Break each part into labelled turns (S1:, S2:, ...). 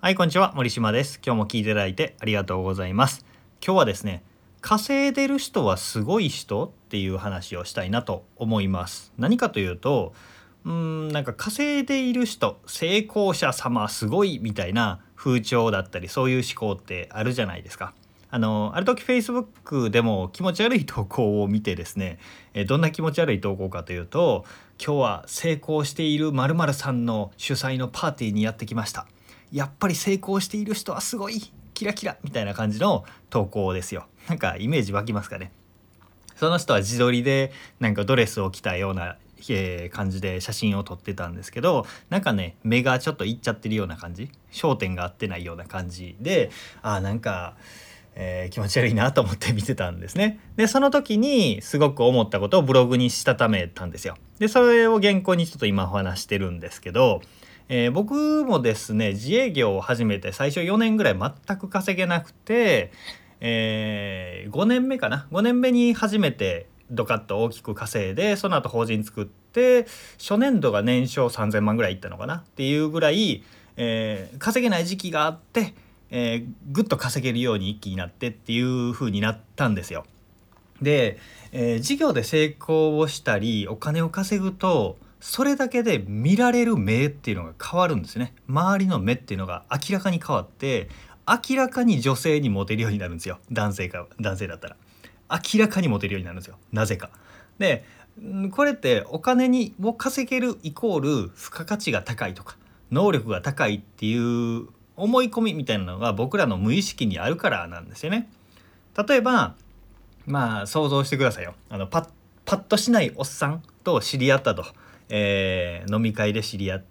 S1: はい、こんにちは。森島です。今日も聞いていただいてありがとうございます。今日はですね、稼いでる人はすごい人っていう話をしたいなと思います。何かというと、なんか稼いでいる人、成功者様すごいみたいな風潮だったり、そういう思考ってあるじゃないですか。ある時 Facebook でも気持ち悪い投稿を見てですね、どんな気持ち悪い投稿かというと、今日は成功している〇〇さんの主催のパーティーにやってきました。やっぱり成功している人はすごいキラキラみたいな感じの投稿ですよ。なんかイメージ湧きますかね。その人は自撮りでなんかドレスを着たような感じで写真を撮ってたんですけど、なんかね目がちょっといっちゃってるような感じ、焦点が合ってないような感じで、なんか、気持ち悪いなと思って見てたんですね。でその時にすごく思ったことをブログにしたためたんですよ。でそれを原稿にちょっと今お話してるんですけど、僕もですね自営業を始めて最初4年ぐらい全く稼げなくて、5年目かな、5年目に初めてドカッと大きく稼いで、その後法人作って初年度が年商3000万ぐらいいったのかなっていうぐらい、稼げない時期があって、ぐっと稼げるように一気になってっていう風になったんですよ。で、事業で成功をしたりお金を稼ぐと、それだけで見られる目っていうのが変わるんですね。周りの目っていうのが明らかに変わって、明らかに女性にモテるようになるんですよ。男性だったら明らかにモテるようになるんですよ、なぜか。でこれってお金を稼げるイコール付加価値が高いとか能力が高いっていう思い込みみたいなのが僕らの無意識にあるからなんですよね。例えば想像してくださいよ。パッとしないおっさんと知り合ったと、飲み会で知り合って、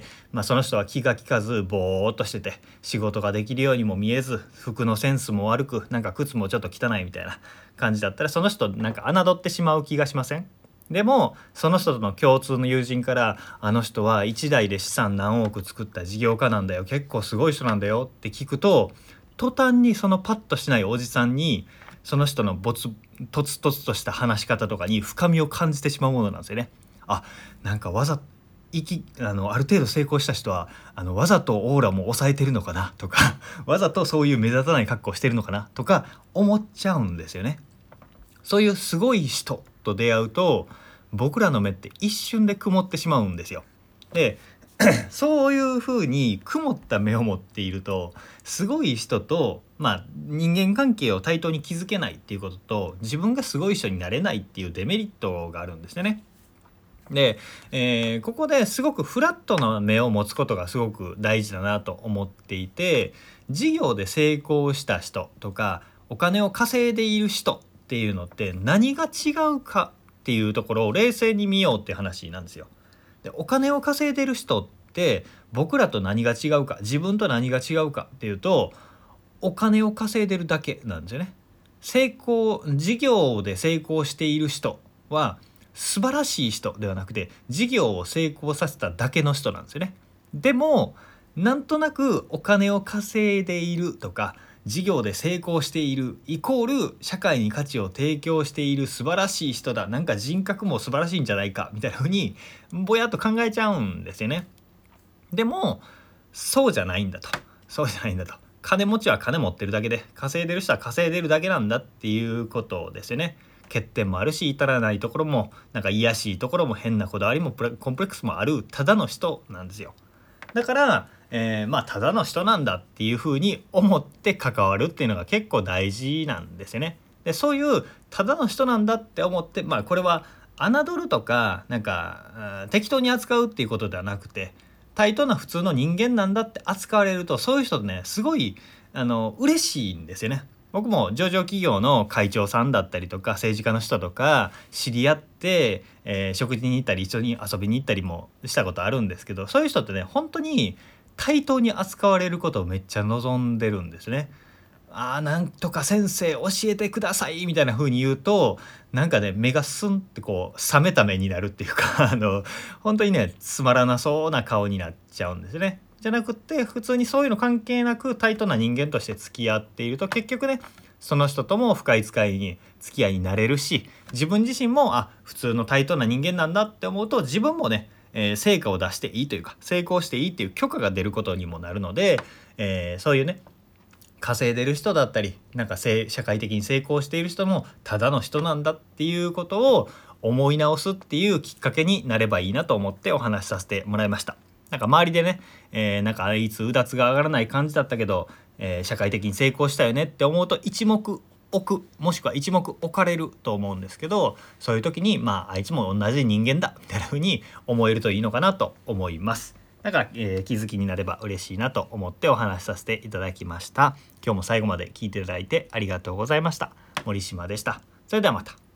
S1: その人は気が利かずぼーっとしてて仕事ができるようにも見えず、服のセンスも悪く、なんか靴もちょっと汚いみたいな感じだったら、その人なんか侮ってしまう気がしません？でもその人との共通の友人から、あの人は一代で資産何億作った事業家なんだよ、結構すごい人なんだよって聞くと、途端にそのパッとしないおじさんにその人のとつとつとした話し方とかに深みを感じてしまうものなんですよね。なんかある程度成功した人はわざとオーラも抑えてるのかなとかわざとそういう目立たない格好してるのかなとか思っちゃうんですよね。そういうすごい人と出会うと、僕らの目って一瞬で曇ってしまうんですよ。でそういう風に曇った目を持っていると、すごい人と、人間関係を対等に築けないっていうことと、自分がすごい人になれないっていうデメリットがあるんですよね。で、ここですごくフラットな目を持つことがすごく大事だなと思っていて、事業で成功した人とかお金を稼いでいる人っていうのって何が違うかっていうところを冷静に見ようっていう話なんですよ。でお金を稼いでる人って僕らと何が違うか、自分と何が違うかっていうと、お金を稼いでるだけなんですよね。事業で成功している人は素晴らしい人ではなくて、事業を成功させただけの人なんですよね。でもなんとなくお金を稼いでいるとか事業で成功しているイコール社会に価値を提供している素晴らしい人だ、なんか人格も素晴らしいんじゃないかみたいな風にぼやっと考えちゃうんですよね。でもそうじゃないんだと。金持ちは金持ってるだけで、稼いでる人は稼いでるだけなんだっていうことですよね。欠点もあるし、至らないところも、なんか卑しいところも、変なこだわりもコンプレックスもあるただの人なんですよ。だから、ただの人なんだっていうふうに思って関わるっていうのが結構大事なんですよね。でそういうただの人なんだって思って、これは侮るとかなんか適当に扱うっていうことではなくて、対等な普通の人間なんだって扱われると、そういう人ねすごい嬉しいんですよね。僕も上場企業の会長さんだったりとか政治家の人とか知り合って、食事に行ったり一緒に遊びに行ったりもしたことあるんですけど、そういう人ってね本当に対等に扱われることをめっちゃ望んでるんですね。なんとか先生教えてくださいみたいな風に言うと、なんかね目がスンってこう冷めた目になるっていうか本当にねつまらなそうな顔になっちゃうんですね。じゃなくって普通にそういうの関係なく対等な人間として付き合っていると、結局ねその人とも深い付き合いになれるし、自分自身も普通の対等な人間なんだって思うと、自分もね成果を出していいというか成功していいっていう許可が出ることにもなるので、そういうね稼いでる人だったりなんか社会的に成功している人もただの人なんだっていうことを思い直すっていうきっかけになればいいなと思ってお話しさせてもらいました。なんか周りでね、なんかあいつうだつが上がらない感じだったけど、社会的に成功したよねって思うと一目置くもしくは一目置かれると思うんですけど、そういう時にあいつも同じ人間だみたいな風に思えるといいのかなと思います。だから、気づきになれば嬉しいなと思ってお話しさせていただきました。今日も最後まで聞いていただいてありがとうございました。森島でした。それではまた。